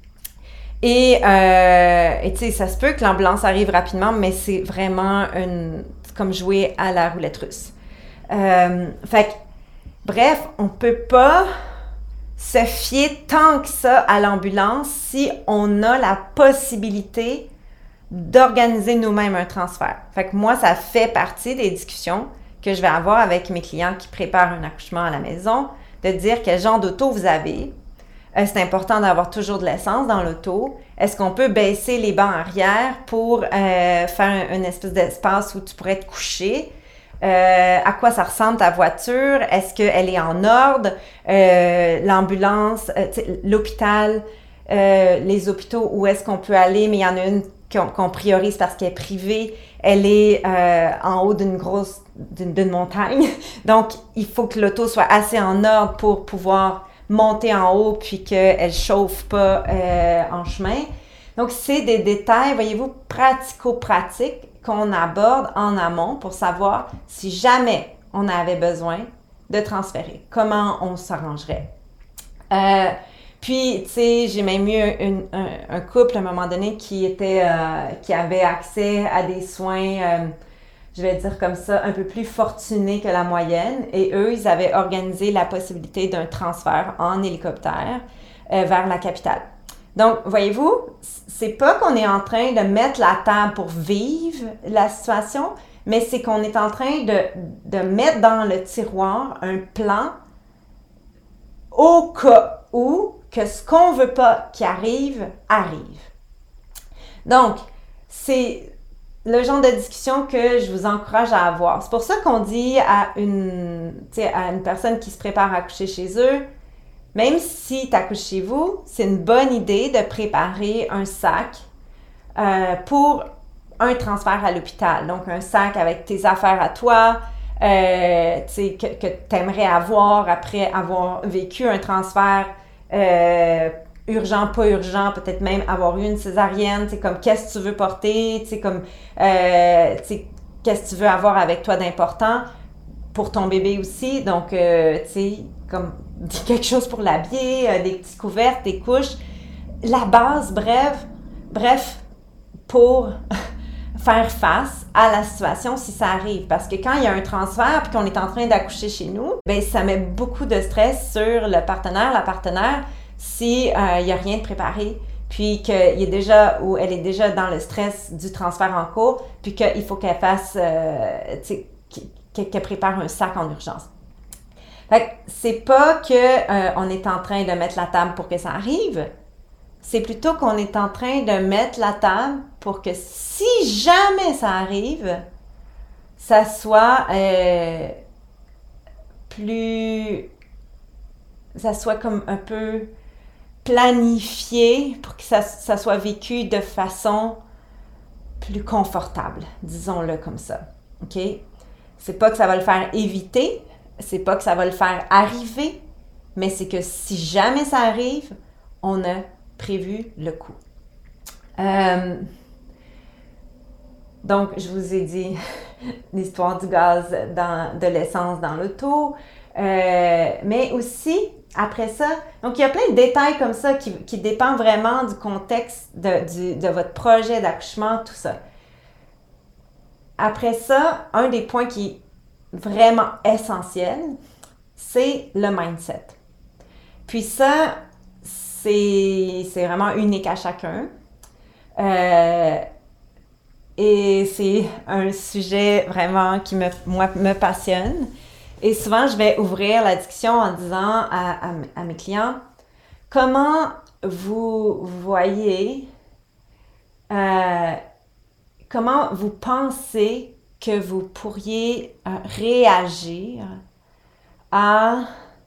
Et tu sais, ça se peut que l'ambulance arrive rapidement, mais c'est vraiment comme jouer à la roulette russe. Fait que, bref, on peut pas se fier tant que ça à l'ambulance si on a la possibilité d'organiser nous-mêmes un transfert. Fait que moi, ça fait partie des discussions que je vais avoir avec mes clients qui préparent un accouchement à la maison, de dire quel genre d'auto vous avez. C'est important d'avoir toujours de l'essence dans l'auto. Est-ce qu'on peut baisser les bancs arrière pour faire une espèce d'espace où tu pourrais te coucher? À quoi ça ressemble ta voiture? Est-ce qu'elle est en ordre? L'ambulance, l'hôpital, les hôpitaux, où est-ce qu'on peut aller? Mais il y en a une qu'on priorise parce qu'elle est privée. Elle est en haut d'une montagne. Donc, il faut que l'auto soit assez en ordre pour pouvoir monter en haut puis qu'elle chauffe pas en chemin. Donc, c'est des détails, voyez-vous, pratico-pratiques qu'on aborde en amont pour savoir si jamais on avait besoin de transférer, comment on s'arrangerait. Puis, tu sais, j'ai même eu un couple à un moment donné qui avait accès à des soins, je vais dire comme ça, un peu plus fortunés que la moyenne. Et eux, ils avaient organisé la possibilité d'un transfert en hélicoptère vers la capitale. Donc, voyez-vous, c'est pas qu'on est en train de mettre la table pour vivre la situation, mais c'est qu'on est en train de mettre dans le tiroir un plan au cas où que ce qu'on veut pas qui arrive. Donc, c'est le genre de discussion que je vous encourage à avoir. C'est pour ça qu'on dit à une personne qui se prépare à accoucher chez eux, même si tu accouches chez vous, c'est une bonne idée de préparer un sac pour un transfert à l'hôpital. Donc, un sac avec tes affaires à toi, que tu aimerais avoir après avoir vécu un transfert urgent, pas urgent, peut-être même avoir eu une césarienne, comme qu'est-ce que tu veux porter, comme qu'est-ce que tu veux avoir avec toi d'important pour ton bébé aussi. Donc, comme quelque chose pour l'habiller, des petits couvertes, des couches, la base, bref, pour faire face à la situation si ça arrive. Parce que quand il y a un transfert et qu'on est en train d'accoucher chez nous, bien, ça met beaucoup de stress sur le partenaire, la partenaire, si il n'y a rien de préparé, puis qu'il est déjà ou elle est déjà dans le stress du transfert en cours, puis qu'il faut qu'elle fasse, qu'elle prépare un sac en urgence. Fait que c'est pas que on est en train de mettre la table pour que ça arrive, c'est plutôt qu'on est en train de mettre la table pour que si jamais ça arrive, ça soit ça soit comme un peu planifié pour que ça soit vécu de façon plus confortable, disons-le comme ça. OK? C'est pas que ça va le faire éviter, c'est pas que ça va le faire arriver, mais c'est que si jamais ça arrive, on a prévu le coup. Donc, je vous ai dit l'histoire du gaz, de l'essence dans l'auto, mais aussi, après ça, donc il y a plein de détails comme ça qui dépendent vraiment du contexte de votre projet d'accouchement, tout ça. Après ça, un des points qui est vraiment essentiel, c'est le mindset. Puis ça, c'est vraiment unique à chacun. Et c'est un sujet vraiment qui me passionne. Et souvent, je vais ouvrir la discussion en disant à mes clients, comment vous voyez, comment vous pensez que vous pourriez réagir à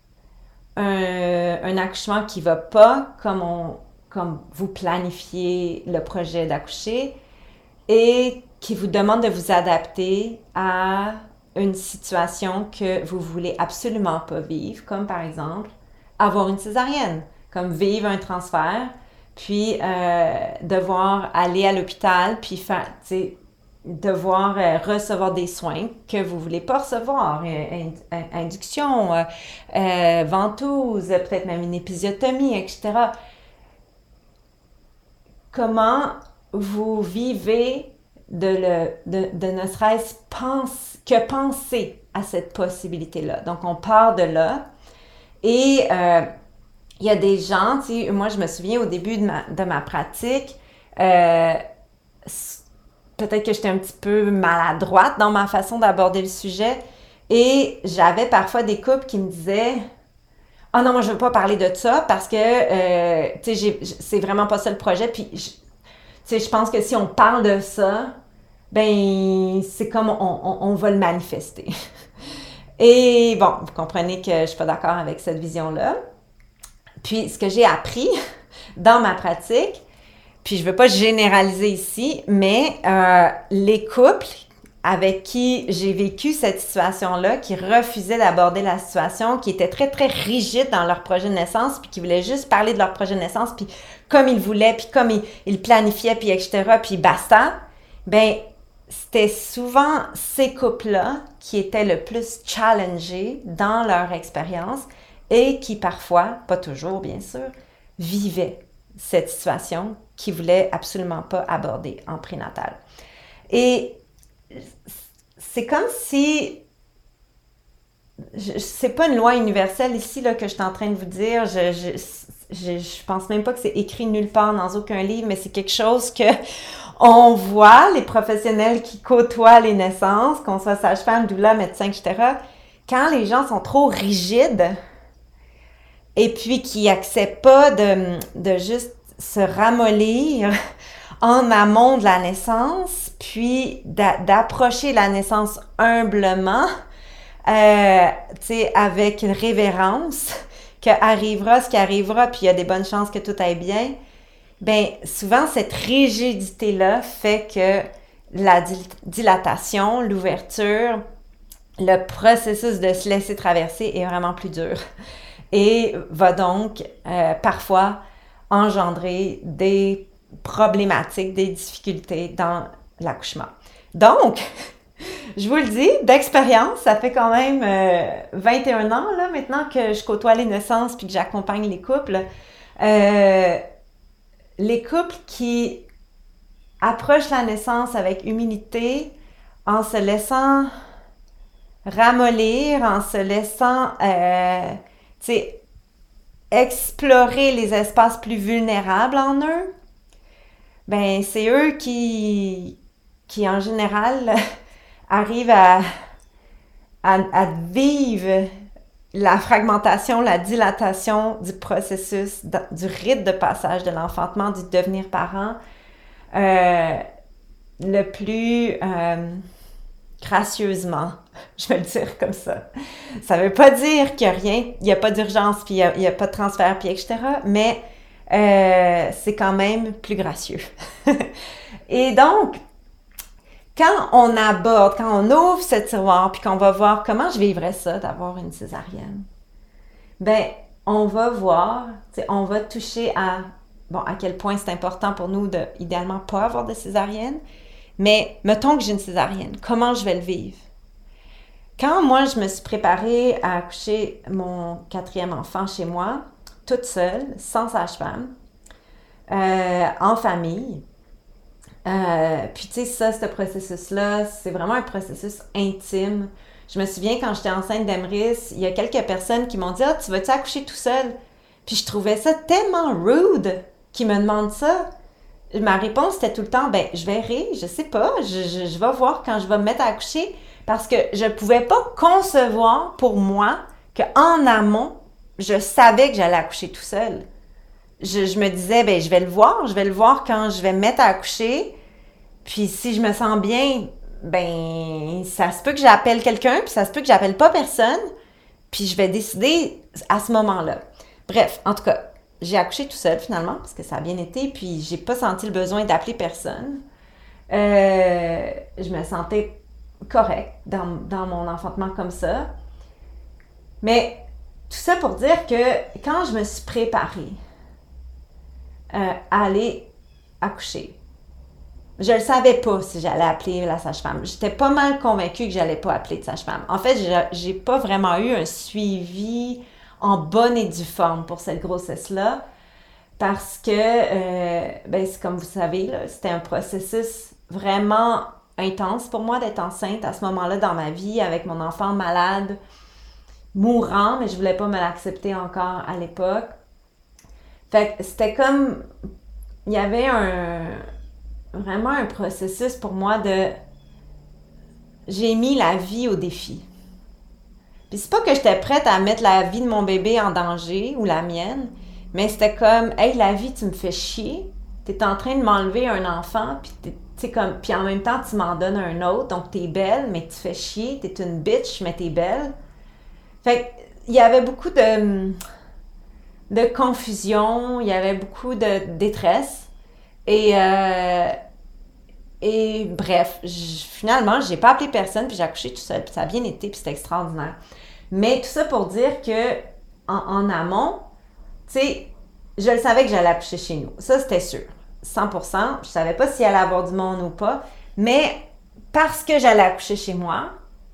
un accouchement qui ne va pas comme vous planifiez le projet d'accoucher et qui vous demande de vous adapter à une situation que vous voulez absolument pas vivre, comme par exemple avoir une césarienne, comme vivre un transfert, puis devoir aller à l'hôpital, puis devoir recevoir des soins que vous voulez pas recevoir, induction, ventouse, peut-être même une épisiotomie, etc. Comment vous vivez de ne serait-ce que penser à cette possibilité-là. Donc, on part de là. Et il y a des gens, tu sais, moi, je me souviens au début de ma pratique, peut-être que j'étais un petit peu maladroite dans ma façon d'aborder le sujet. Et j'avais parfois des couples qui me disaient « Ah non, moi, je veux pas parler de ça parce que, tu sais, c'est vraiment pas ça le projet. » Puis, tu sais, je pense que si on parle de ça, ben, c'est comme on va le manifester. Et bon, vous comprenez que je suis pas d'accord avec cette vision-là. Puis, ce que j'ai appris dans ma pratique, puis je veux pas généraliser ici, mais les couples avec qui j'ai vécu cette situation-là, qui refusaient d'aborder la situation, qui étaient très, très rigides dans leur projet de naissance, puis qui voulaient juste parler de leur projet de naissance, puis comme ils voulaient, puis comme ils planifiaient, puis etc., puis basta, ben c'était souvent ces couples-là qui étaient le plus challengés dans leur expérience et qui parfois, pas toujours bien sûr, vivaient cette situation qu'ils voulaient absolument pas aborder en prénatal. Et c'est comme si, c'est pas une loi universelle ici là, que je suis en train de vous dire, je pense même pas que c'est écrit nulle part dans aucun livre, mais c'est quelque chose que on voit, les professionnels qui côtoient les naissances, qu'on soit sage-femme, doula, médecin, etc., quand les gens sont trop rigides et puis qui acceptent pas de juste se ramollir en amont de la naissance, puis d'approcher la naissance humblement, tu sais, avec une révérence, qu'arrivera ce qui arrivera, puis il y a des bonnes chances que tout aille bien. Ben souvent, cette rigidité-là fait que la dilatation, l'ouverture, le processus de se laisser traverser est vraiment plus dur et va donc parfois engendrer des problématiques, des difficultés dans l'accouchement. Donc, je vous le dis, d'expérience, ça fait quand même 21 ans là, maintenant que je côtoie les naissances puis que j'accompagne les couples. Les couples qui approchent la naissance avec humilité, en se laissant ramollir, en se laissant explorer les espaces plus vulnérables en eux, ben c'est eux qui en général arrivent à vivre la fragmentation, la dilatation du processus, du rite de passage de l'enfantement, du devenir parent, le plus gracieusement, je vais le dire comme ça. Ça veut pas dire qu'il y a rien, il y a pas d'urgence, puis il y a pas de transfert, puis etc., mais c'est quand même plus gracieux. Et donc, quand on aborde, quand on ouvre ce tiroir, puis qu'on va voir comment je vivrais ça d'avoir une césarienne, ben on va voir, on va toucher à quel point c'est important pour nous de idéalement pas avoir de césarienne, Mais mettons que j'ai une césarienne, comment je vais le vivre? Quand moi, je me suis préparée à accoucher mon 4e enfant chez moi, toute seule, sans sage-femme, en famille, puis tu sais, ce processus-là, c'est vraiment un processus intime. Je me souviens quand j'étais enceinte d'Emrys, il y a quelques personnes qui m'ont dit « Ah, tu vas-tu accoucher tout seul? » Puis je trouvais ça tellement rude qu'ils me demandent ça. Ma réponse était tout le temps « Ben, je verrai, je sais pas, je vais voir quand je vais me mettre à accoucher. » Parce que je pouvais pas concevoir pour moi qu'en amont, je savais que j'allais accoucher tout seul. Je me disais, ben je vais le voir quand je vais me mettre à accoucher. Puis si je me sens bien, ben ça se peut que j'appelle quelqu'un, puis ça se peut que j'appelle pas personne. Puis je vais décider à ce moment-là. Bref, en tout cas, j'ai accouché tout seul finalement, parce que ça a bien été, puis j'ai pas senti le besoin d'appeler personne. Je me sentais correcte dans mon enfantement comme ça. Mais tout ça pour dire que quand je me suis préparée à aller accoucher, je ne savais pas si j'allais appeler la sage-femme. J'étais pas mal convaincue que j'allais pas appeler de sage-femme. En fait, j'ai pas vraiment eu un suivi en bonne et due forme pour cette grossesse-là parce que, c'est comme vous savez, là, c'était un processus vraiment intense pour moi d'être enceinte à ce moment-là dans ma vie avec mon enfant malade, mourant, mais je voulais pas me l'accepter encore à l'époque. Fait que c'était comme, il y avait vraiment un processus pour moi j'ai mis la vie au défi. Puis c'est pas que j'étais prête à mettre la vie de mon bébé en danger ou la mienne, mais c'était comme, hey, la vie, tu me fais chier, t'es en train de m'enlever un enfant, puis en même temps, tu m'en donnes un autre, donc t'es belle, mais tu fais chier, t'es une bitch, mais t'es belle. Fait qu'il y avait beaucoup de confusion, il y avait beaucoup de détresse. Et bref, finalement, j'ai pas appelé personne, puis j'ai accouché tout seul, puis ça a bien été, puis c'était extraordinaire. Mais tout ça pour dire que en amont, tu sais, je le savais que j'allais accoucher chez nous. Ça, c'était sûr. 100%. Je savais pas s'il allait avoir du monde ou pas. Mais parce que j'allais accoucher chez moi,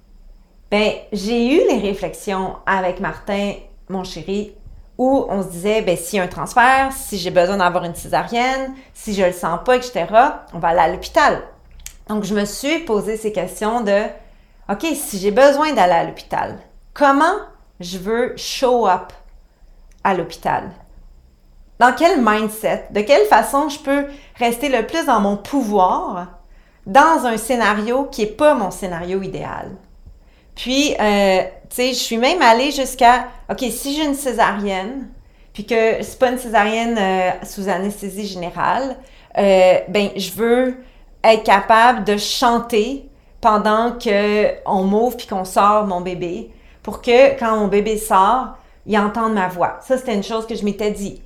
ben j'ai eu les réflexions avec Martin, mon chéri, où on se disait, ben s'il y a un transfert, si j'ai besoin d'avoir une césarienne, si je le sens pas, etc., on va aller à l'hôpital. Donc, je me suis posé ces questions de, OK, si j'ai besoin d'aller à l'hôpital, comment je veux show up à l'hôpital? Dans quel mindset? De quelle façon je peux rester le plus dans mon pouvoir dans un scénario qui n'est pas mon scénario idéal? Puis, tu sais, je suis même allée jusqu'à, OK, si j'ai une césarienne, puis que c'est pas une césarienne sous anesthésie générale, ben je veux être capable de chanter pendant qu'on m'ouvre puis qu'on sort mon bébé, pour que quand mon bébé sort, il entende ma voix. Ça, c'était une chose que je m'étais dit.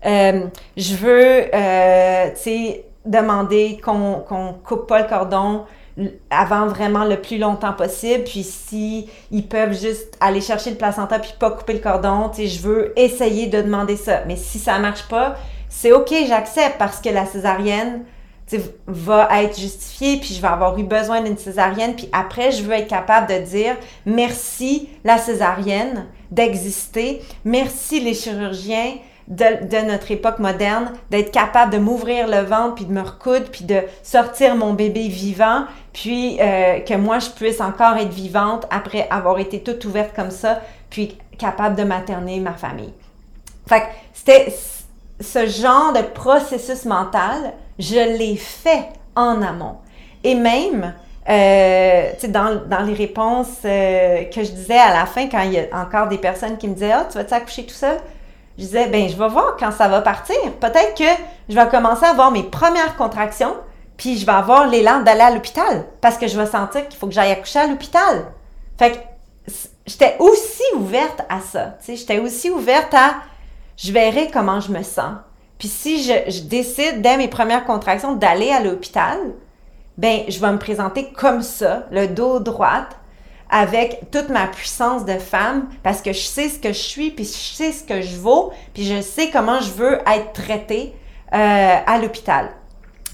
Je veux, tu sais, demander qu'on coupe pas le cordon avant vraiment le plus longtemps possible, puis si ils peuvent juste aller chercher le placenta puis pas couper le cordon, tu sais, je veux essayer de demander ça. Mais si ça marche pas, c'est OK, j'accepte parce que la césarienne, tu sais, va être justifiée, puis je vais avoir eu besoin d'une césarienne, puis après, je veux être capable de dire merci la césarienne d'exister, merci les chirurgiens de notre époque moderne, d'être capable de m'ouvrir le ventre, puis de me recoudre, puis de sortir mon bébé vivant, puis que moi, je puisse encore être vivante après avoir été toute ouverte comme ça, puis capable de materner ma famille. Fait que c'était ce genre de processus mental, je l'ai fait en amont. Et même, tu sais, dans les réponses que je disais à la fin, quand il y a encore des personnes qui me disaient « Ah, tu vas-tu accoucher tout seul? » Je disais, ben je vais voir quand ça va partir. Peut-être que je vais commencer à avoir mes premières contractions, puis je vais avoir l'élan d'aller à l'hôpital, parce que je vais sentir qu'il faut que j'aille accoucher à l'hôpital. Fait que j'étais aussi ouverte à ça. Tu sais, j'étais aussi ouverte à, je verrai comment je me sens. Puis si je décide dès mes premières contractions d'aller à l'hôpital, ben je vais me présenter comme ça, le dos droit, avec toute ma puissance de femme, parce que je sais ce que je suis, puis je sais ce que je vaux, puis je sais comment je veux être traitée à l'hôpital.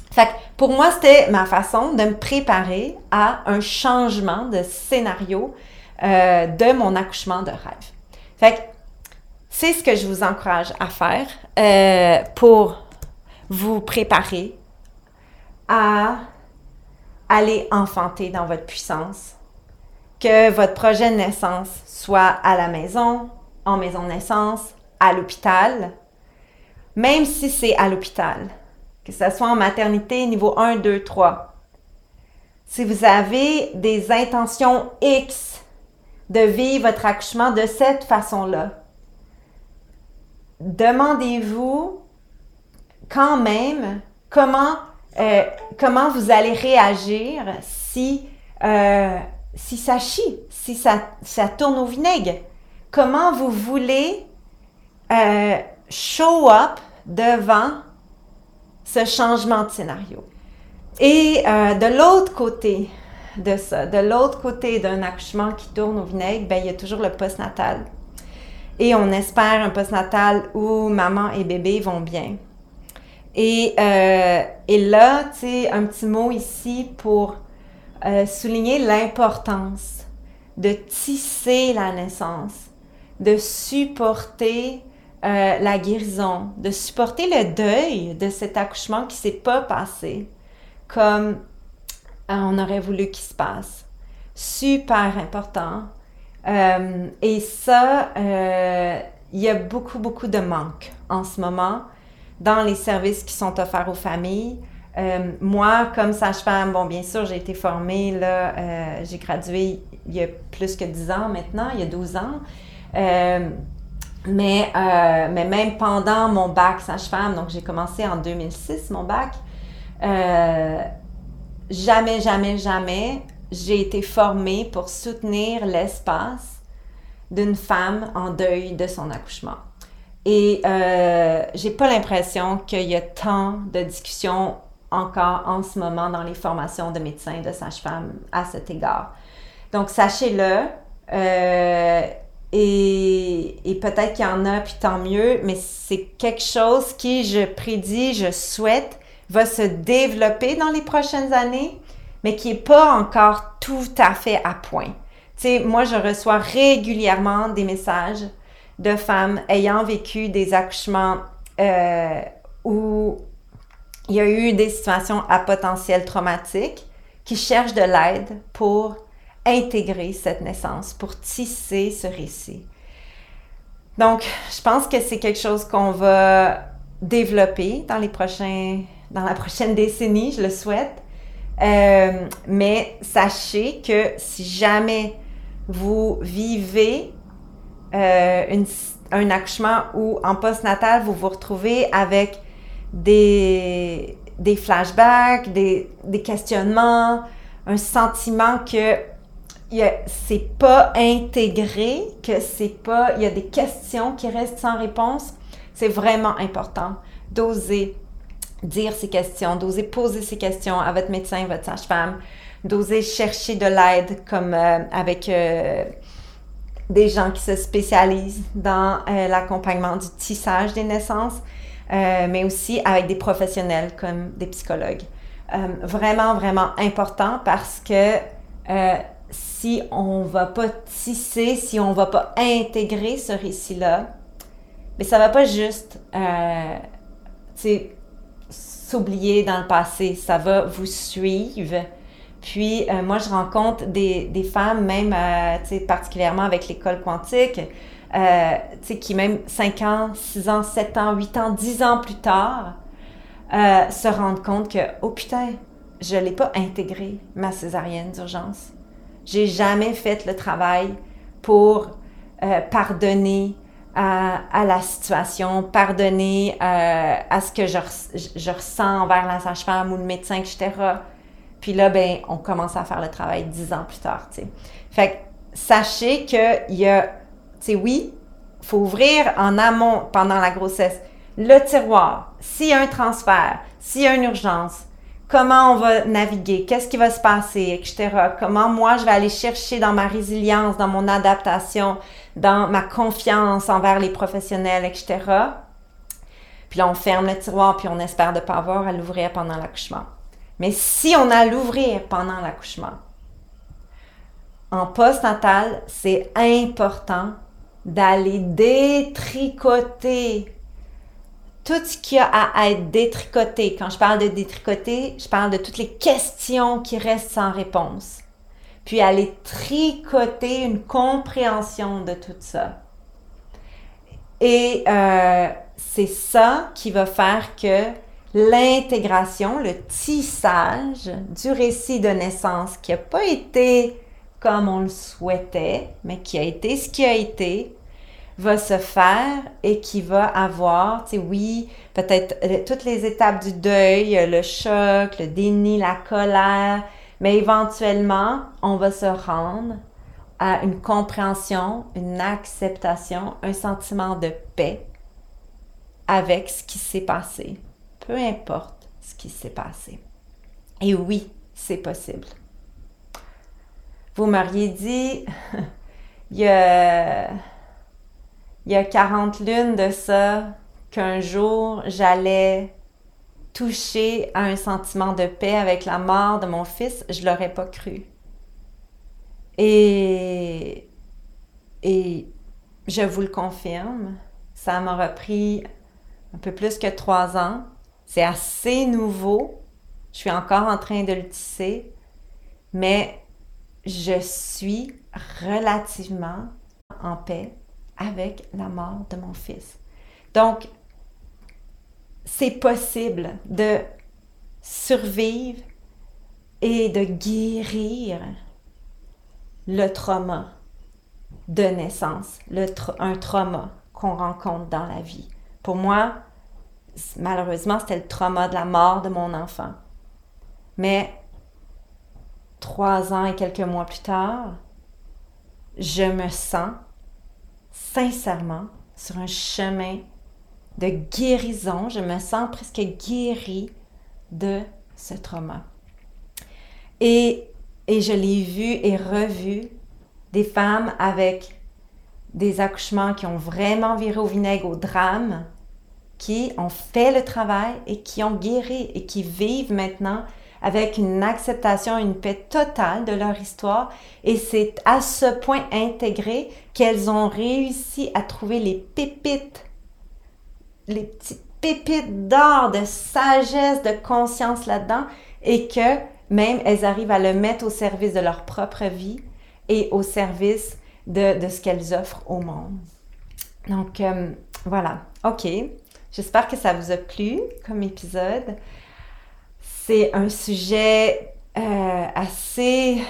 Fait que pour moi, c'était ma façon de me préparer à un changement de scénario de mon accouchement de rêve. Fait que c'est ce que je vous encourage à faire pour vous préparer à aller enfanter dans votre puissance, que votre projet de naissance soit à la maison, en maison de naissance, à l'hôpital, même si c'est à l'hôpital, que ce soit en maternité niveau 1, 2, 3. Si vous avez des intentions X de vivre votre accouchement de cette façon-là, demandez-vous quand même comment vous allez réagir si ça chie, si ça tourne au vinaigre. Comment vous voulez show up devant ce changement de scénario. Et de l'autre côté de ça, de l'autre côté d'un accouchement qui tourne au vinaigre, ben, il y a toujours le postnatal. Et on espère un postnatal où maman et bébé vont bien. Et là, tu sais, un petit mot ici pour souligner l'importance de tisser la naissance, de supporter la guérison, de supporter le deuil de cet accouchement qui ne s'est pas passé comme on aurait voulu qu'il se passe. Super important. Et ça, il y a beaucoup, beaucoup de manque en ce moment dans les services qui sont offerts aux familles. Moi, comme sage-femme, bon, bien sûr, j'ai été formée, là, j'ai gradué il y a plus que 10 ans maintenant, il y a 12 ans. Mais même pendant mon bac sage-femme, donc j'ai commencé en 2006, mon bac, jamais, j'ai été formée pour soutenir l'espace d'une femme en deuil de son accouchement. Et j'ai pas l'impression qu'il y a tant de discussions encore en ce moment dans les formations de médecins et de sages-femmes à cet égard. Donc, sachez-le, et peut-être qu'il y en a, puis tant mieux, mais c'est quelque chose qui, je prédis, je souhaite, va se développer dans les prochaines années, mais qui n'est pas encore tout à fait à point. Tu sais, moi, je reçois régulièrement des messages de femmes ayant vécu des accouchements où il y a eu des situations à potentiel traumatique qui cherchent de l'aide pour intégrer cette naissance, pour tisser ce récit. Donc, je pense que c'est quelque chose qu'on va développer dans la prochaine décennie, je le souhaite. Mais sachez que si jamais vous vivez un accouchement où en postnatal, vous vous retrouvez avec des flashbacks, des questionnements, un sentiment que c'est pas intégré, que il y a des questions qui restent sans réponse, c'est vraiment important d'oser dire ces questions, d'oser poser ces questions à votre médecin, votre sage-femme, d'oser chercher de l'aide comme avec des gens qui se spécialisent dans l'accompagnement du tissage des naissances, mais aussi avec des professionnels comme des psychologues. Vraiment, vraiment important parce que si on ne va pas tisser, si on ne va pas intégrer ce récit-là, mais ça ne va pas juste s'oublier dans le passé, ça va vous suivre. Puis, moi, je rencontre des femmes, même particulièrement avec l'école quantique, qui même 5 ans, 6 ans, 7 ans, 8 ans, 10 ans plus tard, se rendent compte que, oh putain, je ne l'ai pas intégré, ma césarienne d'urgence. J'ai jamais fait le travail pour pardonner à la situation, pardonner à ce que je ressens envers la sage-femme ou le médecin, etc. Puis là, ben, on commence à faire le travail 10 ans plus tard, tu sais. Fait que sachez qu'il y a, tu sais, oui, il faut ouvrir en amont pendant la grossesse le tiroir. S'il y a un transfert, s'il y a une urgence, comment on va naviguer, qu'est-ce qui va se passer, etc. Comment moi, je vais aller chercher dans ma résilience, dans mon adaptation, dans ma confiance envers les professionnels, etc. Puis là, on ferme le tiroir, puis on espère de ne pas avoir à l'ouvrir pendant l'accouchement. Mais si on a à l'ouvrir pendant l'accouchement, en postnatal, c'est important d'aller détricoter tout ce qu'il y a à être détricoté. Quand je parle de détricoter, je parle de toutes les questions qui restent sans réponse. Puis aller tricoter une compréhension de tout ça. Et c'est ça qui va faire que l'intégration, le tissage du récit de naissance qui n'a pas été comme on le souhaitait, mais qui a été ce qui a été, va se faire et qui va avoir, tu sais, oui, peut-être toutes les étapes du deuil, le choc, le déni, la colère, mais éventuellement, on va se rendre à une compréhension, une acceptation, un sentiment de paix avec ce qui s'est passé. Peu importe ce qui s'est passé. Et oui, c'est possible. Vous m'auriez dit, il y a 40 lunes de ça, qu'un jour, j'allais toucher à un sentiment de paix avec la mort de mon fils, je ne l'aurais pas cru. Et je vous le confirme, ça m'aura pris un peu plus que 3 ans. C'est assez nouveau. Je suis encore en train de le tisser, mais je suis relativement en paix avec la mort de mon fils. Donc, c'est possible de survivre et de guérir le trauma de naissance, un trauma qu'on rencontre dans la vie. Pour moi, malheureusement, c'était le trauma de la mort de mon enfant. Mais 3 ans et quelques mois plus tard, je me sens sincèrement sur un chemin de guérison. Je me sens presque guérie de ce trauma. Et je l'ai vu et revu des femmes avec des accouchements qui ont vraiment viré au vinaigre, au drame, qui ont fait le travail et qui ont guéri et qui vivent maintenant avec une acceptation, une paix totale de leur histoire. Et c'est à ce point intégré qu'elles ont réussi à trouver les pépites, les petites pépites d'or, de sagesse, de conscience là-dedans, et que même elles arrivent à le mettre au service de leur propre vie et au service de ce qu'elles offrent au monde. Donc, voilà. OK. J'espère que ça vous a plu comme épisode. C'est un sujet assez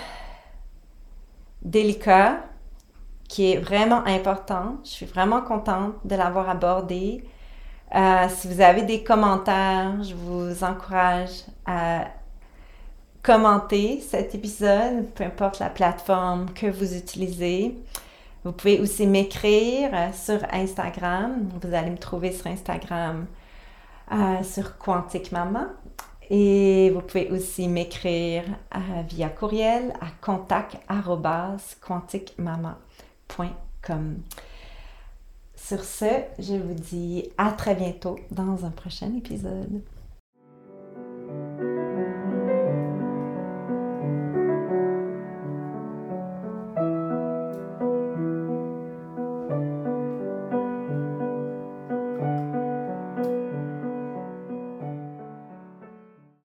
délicat qui est vraiment important. Je suis vraiment contente de l'avoir abordé. Si vous avez des commentaires, je vous encourage à commenter cet épisode, peu importe la plateforme que vous utilisez. Vous pouvez aussi m'écrire sur Instagram. Vous allez me trouver sur Instagram sur Quantique Maman. Et vous pouvez aussi m'écrire via courriel à contact@quantiquemaman.com. Sur ce, je vous dis à très bientôt dans un prochain épisode.